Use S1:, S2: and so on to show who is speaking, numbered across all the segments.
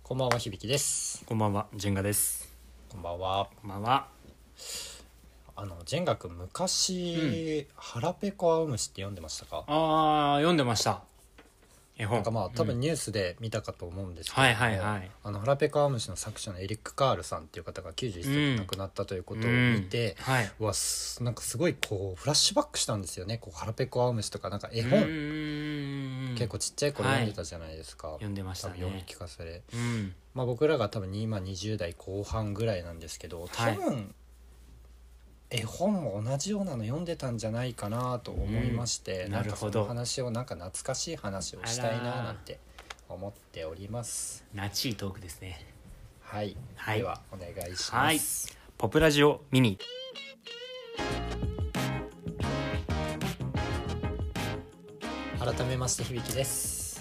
S1: こんばんは、響です。
S2: こんばんは、ジェンガです。
S1: こんばんは。
S2: こんばんは。
S1: ジェンガ君昔、腹ペコアオムシって読んでましたか？
S2: 読んでました。絵本。
S1: なんか多分ニュースで見たかと思うんですけども、腹ペコアオムシの作者のエリック・カールさんっていう方が91歳で亡くなったということを見て、なんかすごいこうフラッシュバックしたんですよね。こう腹ペコアオムシとかなんか絵本結構ちっちゃい頃読んでたじゃないですか。
S2: 読んでましたね。
S1: 読み聞かせで、僕らが多分今20代後半ぐらいなんですけど、多分、絵本も同じようなの読んでたんじゃないかなと思いまして、なんかその話をなんか懐かしい話をしたいななんて思っております。
S2: ナチートークですね。
S1: はい、ではお願いします。
S2: ポプラジオミニ。
S1: 改めまして響です。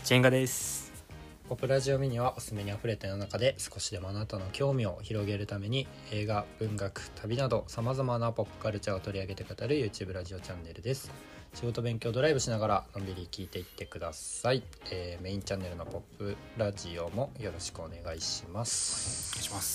S2: ジェンガです。
S1: ポプラジオミニはおすすめにあふれた世の中で少しでもあなたの興味を広げるために映画、文学、旅などさまざまなポップカルチャーを取り上げて語る YouTube ラジオチャンネルです。仕事、勉強、ドライブしながらのんびり聞いていってください。メインチャンネルのポップラジオもよろしくお願いします。
S2: お願いします。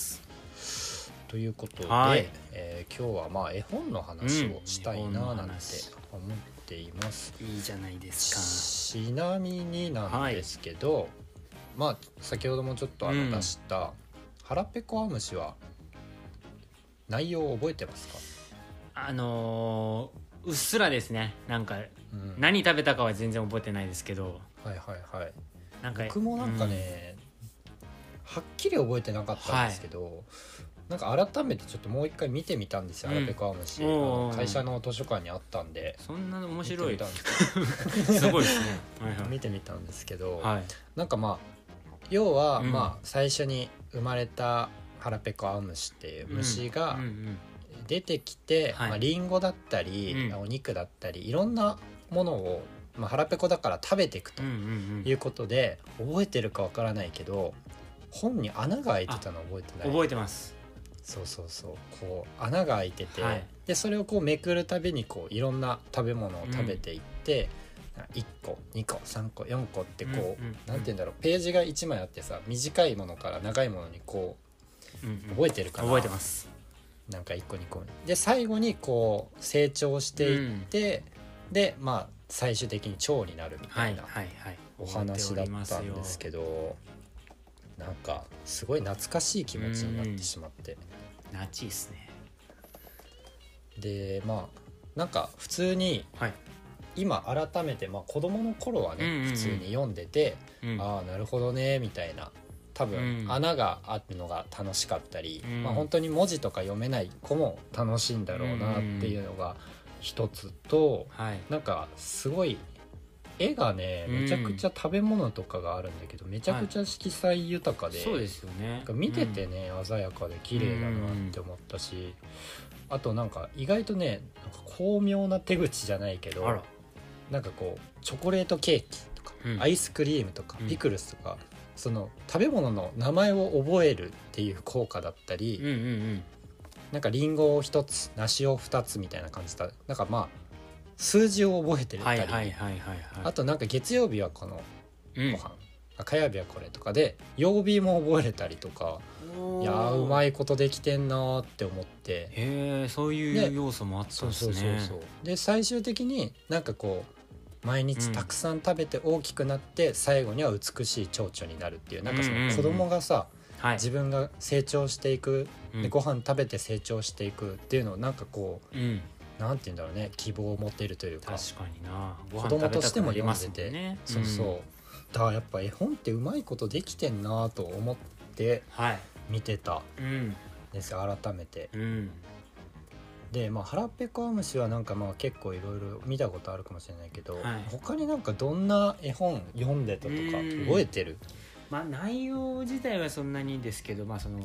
S1: ということで、今日は絵本の話をしたいななんて思っています。
S2: いいじゃないです
S1: か。ちなみになんですけど、先ほどもちょっと出した腹ペコアムシは内容を覚えてますか？
S2: うっすらですね。なんか、何食べたかは全然覚えてないですけど、なんか
S1: 僕もなんかね、はっきり覚えてなかったんですけど、なんか改めてちょっともう一回見てみたんですよ。腹ペコアムシ、会社の図書館にあったんで、
S2: そんな面白い
S1: す
S2: ごいですね。
S1: 見てみたんですけど、なんか要は最初に生まれた腹ペコアオムシっていう虫が出てきて、リンゴだったり、お肉だったりいろんなものを、腹ペコだから食べていくということで、覚えてるかわからないけど本に穴が開いてたの覚えてない？
S2: 覚えてます。
S1: そうこう穴が開いてて、でそれをこうめくるたびにこういろんな食べ物を食べていって、1個2個3個4個ってこう、なんて言うんだろう、ページが1枚あってさ、短いものから長いものにこう、覚えてるかな？
S2: 覚えてます。
S1: なんか1個2個で最後にこう成長していって、で最終的に蝶になるみたいなお話だったんですけど、なんかすごい懐かしい気持ちになってしまって、
S2: ナチですね。
S1: でなんか普通に、今改めて子供の頃はね、普通に読んでて、ああなるほどねみたいな、多分穴があるのが楽しかったり、本当に文字とか読めない子も楽しいんだろうなっていうのが一つと、なんかすごい絵がね、めちゃくちゃ食べ物とかがあるんだけど、めちゃくちゃ色彩豊かで、
S2: そうですよね。
S1: 見ててね、鮮やかで綺麗だなって思ったし、あとなんか意外とね、なんか巧妙な手口じゃないけど、なんかこうチョコレートケーキとか、アイスクリームとか、ピクルスとか、その食べ物の名前を覚えるっていう効果だったり、なんかリンゴを1つ梨を2つみたいな感じだ、なんか数字を覚えてたり、あとなんか月曜日はこのご飯、火曜日はこれとかで曜日も覚えれたりとか、いやうまいことできてんなって思って、
S2: そういう要素もあったんですね。
S1: で最終的になんかこう毎日たくさん食べて大きくなって、最後には美しい蝶々になるっていう、なんかその子供がさ、自分が成長していく、でご飯食べて成長していくっていうのをなんかこう、なんて言うんだろうね、希望を持てるというか、
S2: 確かにな、
S1: 子供としても読んでて、だからやっぱ絵本ってうまいことできてんなと思って見てたですよ、改めて。で腹ペコアムシはなんか結構いろいろ見たことあるかもしれないけど、他になんかどんな絵本読んでたとか覚えてる？
S2: 内容自体はそんなにですけど、その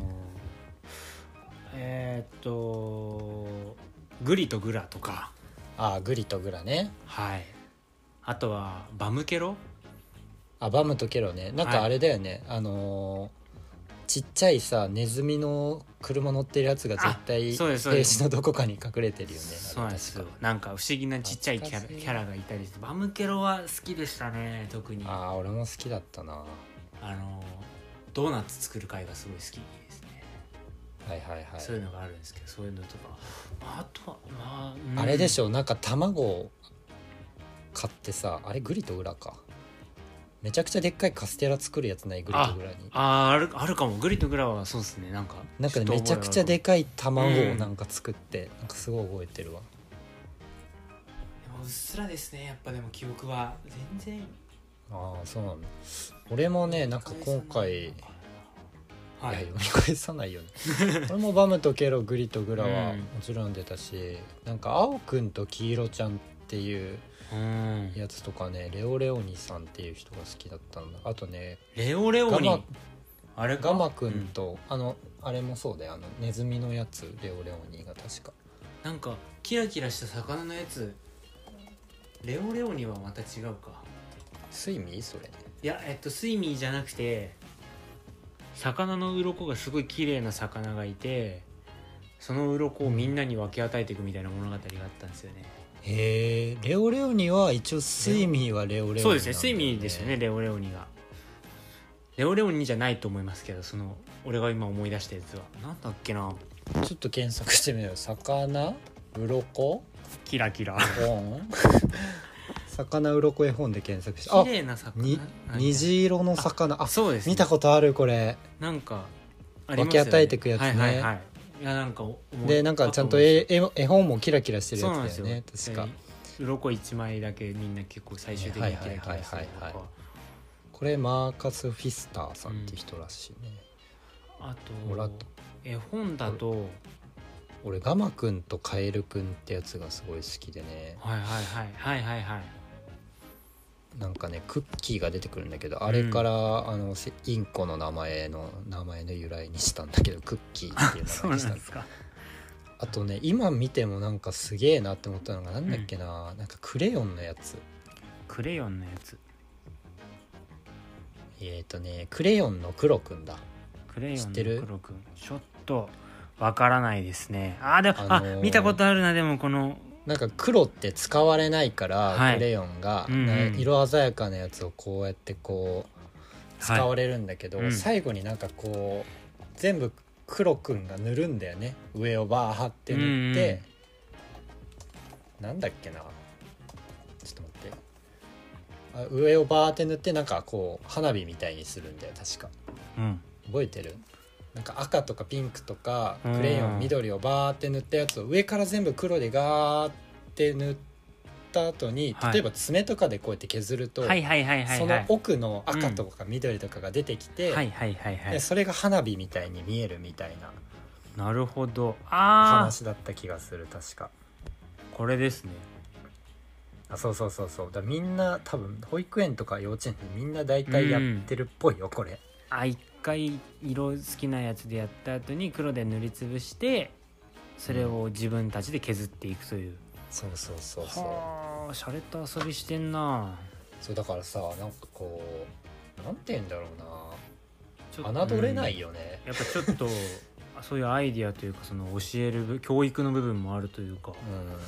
S2: グリとグラとか、
S1: グリとグラね。
S2: あとはバムケロ、
S1: バムとケロね。なんかあれだよね、ちっちゃいさネズミの車乗ってるやつが絶対ページのどこかに隠れてるよね。
S2: そうなんですよ。なんか不思議なちっちゃいキャラがいたりして、バムケロは好きでしたね。特に
S1: 俺も好きだったな。
S2: ドーナツ作る回がすごい好きですね。
S1: はいはいはい。
S2: そういうのがあるんですけど、そういうのとかあとは
S1: あれでしょ、なんか卵を買ってさ、あれグリとグラか、めちゃくちゃでっかいカステラ作るやつない？グリとグラに
S2: あるかも。グリとグラはそうですね。なんか
S1: めちゃくちゃでかい卵をなんか作って、なんかすごい覚えてるわ。
S2: うっすらですね、やっぱ。でも記憶は全然。
S1: ああそうなんだ。俺もねなんか今回いや読み返さないよね俺もバムとケロ、グリとグラはもちろん出たし、なんか青くんと黄色ちゃんっていうやつとかね、レオレオニさんっていう人が好きだったんだ。あとね
S2: レオレオニ
S1: あれガマくんと、あれもそうだよ、ネズミのやつ、レオレオニが確か
S2: なんかキラキラした魚のやつ。レオレオニはまた違うか。
S1: スイミーそれ。
S2: いやスイミーじゃなくて、魚の鱗がすごい綺麗な魚がいて、その鱗をみんなに分け与えていくみたいな物語があったんですよね。
S1: へえ。レオレオニは一応スイミーはレオレオニなんだよね。
S2: そうですね、スイミーですよね。レオレオニがレオレオニじゃないと思いますけど、その俺が今思い出したやつはなんだっけな。
S1: ちょっと検索してみよう。魚鱗
S2: キラキラ
S1: 本魚鱗絵本で検索して、
S2: 綺麗な魚
S1: 虹色の魚。
S2: そうです、ね、
S1: 見たことある。これ
S2: なんか
S1: ありますよね、分け与えていくやつね。
S2: はいはいはい。いやなんか
S1: でなんかちゃんと絵本もキラキラしてるやつだよね。確か
S2: 鱗1枚だけみんな結構最終的にキラキラしてるとか。
S1: これマーカス・フィスターさんって人らしいね。
S2: あと絵本だと
S1: 俺ガマくんとカエルくんってやつがすごい好きでね。
S2: はいはいはいはいはいはい。
S1: なんかねクッキーが出てくるんだけど、あれからインコの名前の由来にしたんだけど、クッキーっていう名前にしたんですか。あとね今見てもなんかすげえなって思ったのがなんだっけな、なんかクレヨンのやつ。
S2: クレヨンのやつ。
S1: クレヨンの黒くんだ。
S2: クレヨンの黒くん。ちょっとわからないですね。でも、見たことあるな。でもこの
S1: なんか黒って使われないから、
S2: はい、
S1: クレヨンが、色鮮やかなやつをこうやってこう使われるんだけど、最後になんかこう全部黒くんが塗るんだよね。上をバーって塗って、なんだっけな、ちょっと待って、上をバーって塗ってなんかこう花火みたいにするんだよ確か、覚えてる？なんか赤とかピンクとかクレヨン緑をバーって塗ったやつを上から全部黒でガーって塗った後に、例えば爪とかでこうやって削ると、その奥の赤とか緑とかが出てきて、それが花火みたいに見えるみたいな。
S2: なるほど。
S1: 話だった気がする確か。
S2: これですね。
S1: そうだ、みんな多分保育園とか幼稚園でみんな大体やってるっぽいよ、これ。
S2: 一回色好きなやつでやった後に黒で塗りつぶして、それを自分たちで削っていくという。
S1: そう
S2: しゃれた遊びしてんな。
S1: そうだからさ、なんかこうなんて言うんだろうな、侮れないよね、
S2: やっぱちょっとそういうアイディアというか、その教える教育の部分もあるというか、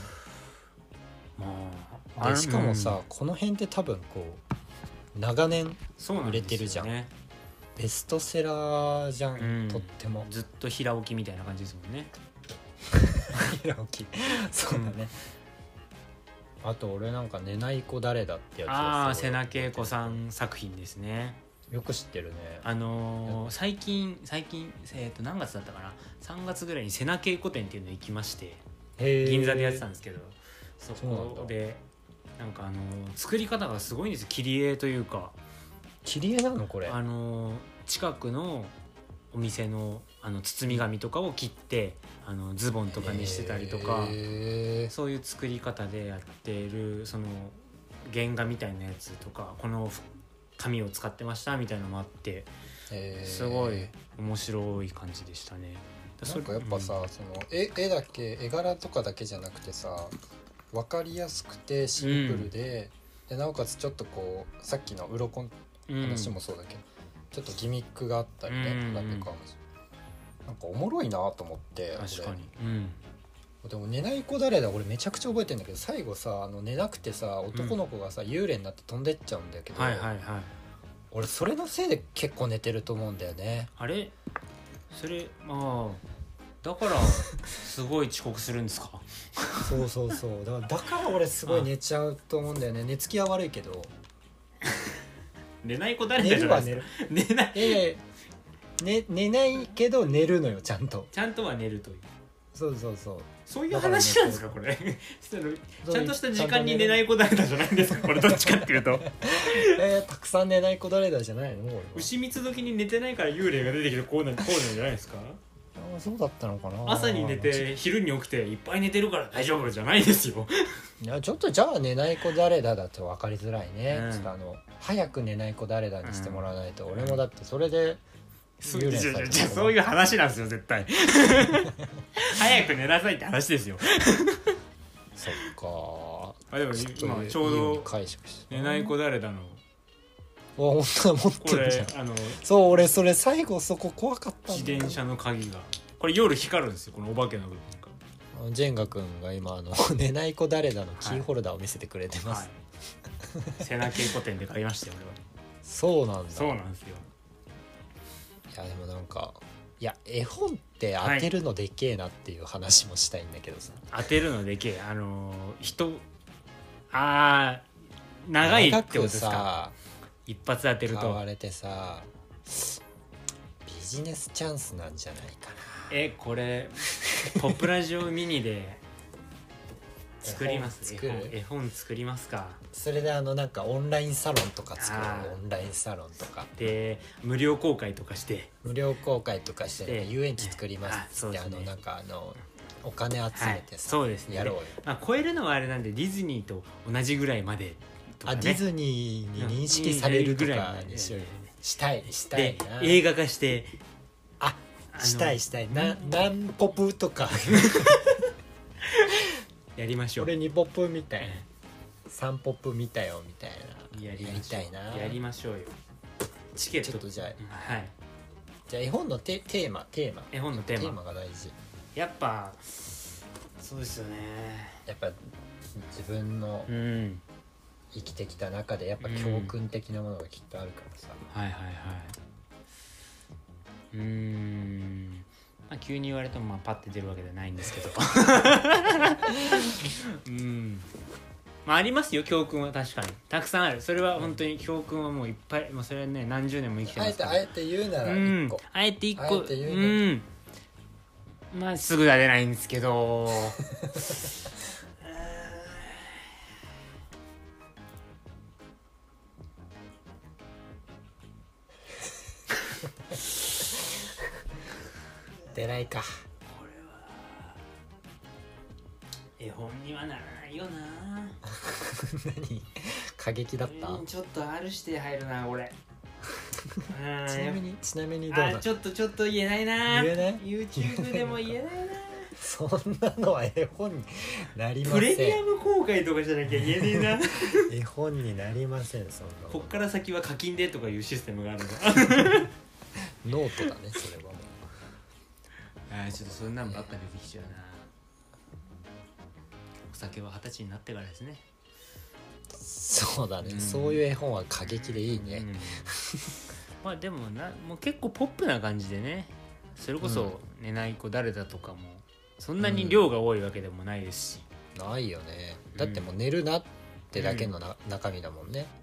S1: でしかもさ、この辺って多分こう長年売れてるじゃん、ベストセラーじゃん、とっても
S2: ずっと平置きみたいな感じですもんね。
S1: 平置きそうだね、あと俺なんか寝ない子誰だってやつ
S2: 瀬名恵子さん作品ですね。
S1: よく知ってるね。
S2: 最近何月だったかな、3月ぐらいに瀬名恵子展っていうの行きまして、銀座でやってたんですけど、そこでなんか作り方がすごいんですよ。切り絵というか。
S1: 切り絵なのこれ？
S2: 近くのお店の包み紙とかを切ってズボンとかにしてたりとか、そういう作り方でやっている、その原画みたいなやつとか、この紙を使ってましたみたいなのもあって、すごい面白い感じでしたね。
S1: なんかやっぱさ、その絵だけ、絵柄とかだけじゃなくてさ、分かりやすくてシンプルで、でなおかつちょっとこうさっきの鱗の話もそうだけど、ちょっとギミックがあったりね、なんかおもろいなと思って。
S2: 確かに。
S1: でも寝ない子誰だ、俺めちゃくちゃ覚えてるんだけど、最後さ寝なくてさ、男の子がさ幽霊になって飛んでっちゃうんだけど、 俺それのせいで結構寝てると思うんだよね。
S2: あれそれまあだからすごい遅刻するんですか
S1: そうそうそう、だから俺すごい寝ちゃうと思うんだよね。寝つきは悪いけど
S2: 寝ない子誰
S1: 寝
S2: だじゃ
S1: るは寝
S2: ないです
S1: る。
S2: か寝ない
S1: 寝ないけど寝るのよ、ちゃんと。
S2: ちゃんとは寝るという
S1: そうそうそう。
S2: そういう話なんですかこれちゃんとした時間に寝ない子誰だじゃないんですかこれどっちかっていうと
S1: たくさん寝ない子誰だじゃないの俺は。
S2: 牛蜜時に寝てないから幽霊が出てきてこうなんじゃないですか
S1: そうだったのかな。
S2: 朝に寝て昼に起きていっぱい寝てるから大丈夫じゃないですよ
S1: いやちょっとじゃあ寝ない子誰だと分かりづらいね、
S2: うん、
S1: ちょっと早く寝ない子誰だにしてもらわないと、俺もだってそれで
S2: そういう話なんですよ絶対早く寝なさいって話ですよ
S1: そっか。
S2: でも今ちょうど寝ない子誰だの
S1: 本当は持ってるじゃん。そう俺それ最後そこ怖かったんだ。
S2: 自転車の鍵がこれ夜光るんですよこのお化けの部分
S1: が。ジェンガ君が今寝ない子誰だのキーホルダーを見せてくれてます、
S2: はい、瀬名稽古店で買いましたよ俺は。
S1: そうなんだ。
S2: そうなんですよ。
S1: いやでもなんかいや絵本って当てるのでけえなっていう話もしたいんだけどさ、
S2: 当てるのでけえ長いってことですか。一発当てると
S1: 買われてさビジネスチャンスなんじゃないかな。
S2: これポップラジオミニで作ります絵本作りますか。
S1: それでなんかオンラインサロンとか作る。オンラインサロンとか
S2: で無料公開とかして
S1: 遊園地作りますって、なんかお金集めてさ、
S2: そうですね、
S1: やろうよ。
S2: 超えるのはあれなんでディズニーと同じぐらいまでとか、ね、
S1: ディズニーに認識されるとかにしたいな。
S2: 映画化して
S1: したい何ポップとか
S2: やりましょう。
S1: 俺2ポップみたいな3ポップ見たよみたいなやりたいな。
S2: やりましょうよ。チケット
S1: ちょっとじゃあ、
S2: はい、
S1: じゃあ絵本のテーマ
S2: 絵本のテーマ
S1: が大事。
S2: やっぱそうですよね。やっぱ
S1: 自分の生きてきた中でやっぱ教訓的なものがきっとあるからさ、
S2: はいはいはい。急に言われてもパッて出るわけじゃないんですけどありますよ教訓は。確かにたくさんある。それは本当に教訓はもういっぱい、それはね何十年も生きてますから。
S1: あえて言うなら1個、
S2: あえて1個すぐは出ないんですけど
S1: 出ないか。
S2: これは絵本にはならないよな
S1: 何過激だった、
S2: ちょっと R 指定入るなこれ
S1: ちなみにどうだ。
S2: ちょっと言えないな。
S1: 言えない
S2: YouTube でも言えないな
S1: そんなのは絵本になりません。
S2: プレミアム公開とかじゃなきゃ言えねえな
S1: 絵本になりません。そんな
S2: こっから先は課金でとかいうシステムがあるんだ
S1: ノートだねそれはもう。
S2: ちょっとそんなんばっか出てきちゃうな。お酒は20歳になってからですね。
S1: そうだね、そういう絵本は過激でいいね、
S2: でももう結構ポップな感じでね。それこそ寝ない子誰だとかもそんなに量が多いわけでもないですし、
S1: ないよね。だってもう寝るなってだけの中身だもんね。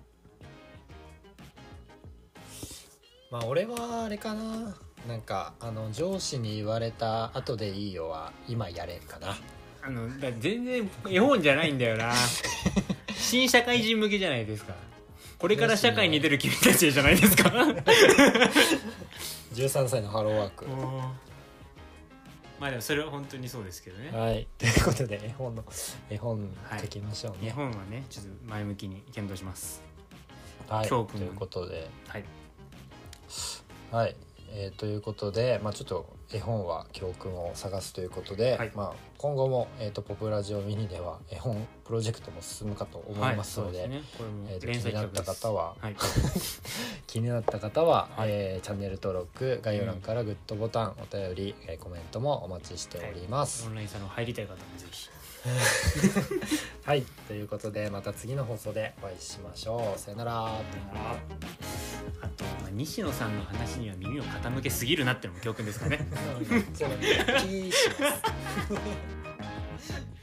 S1: 俺はあれかな、なんか上司に言われた後でいいよは今やれかな。
S2: 全然絵本じゃないんだよな新社会人向けじゃないですか。これから社会に出る君たちじゃないですか
S1: 13歳のハローワーク。
S2: でもそれは本当にそうですけどね。
S1: はいということで絵本書きましょうね、
S2: 絵本はねちょっと前向きに検討します。
S1: はいということではい、ということで、ちょっと絵本は教訓を探すということで、今後も、ポプラジオミニでは絵本プロジェクトも進むかと思いますので、気になった方は、気になった方は、チャンネル登録、概要欄からグッドボタン、お便り、コメントもお待ちしております。
S2: オンラインサロン入りたい方もぜひ
S1: はいということでまた次の放送でお会いしましょう。さよなら。
S2: あと西野さんの話には耳を傾けすぎるなってのも教訓ですかね。
S1: じゃあ、キーします。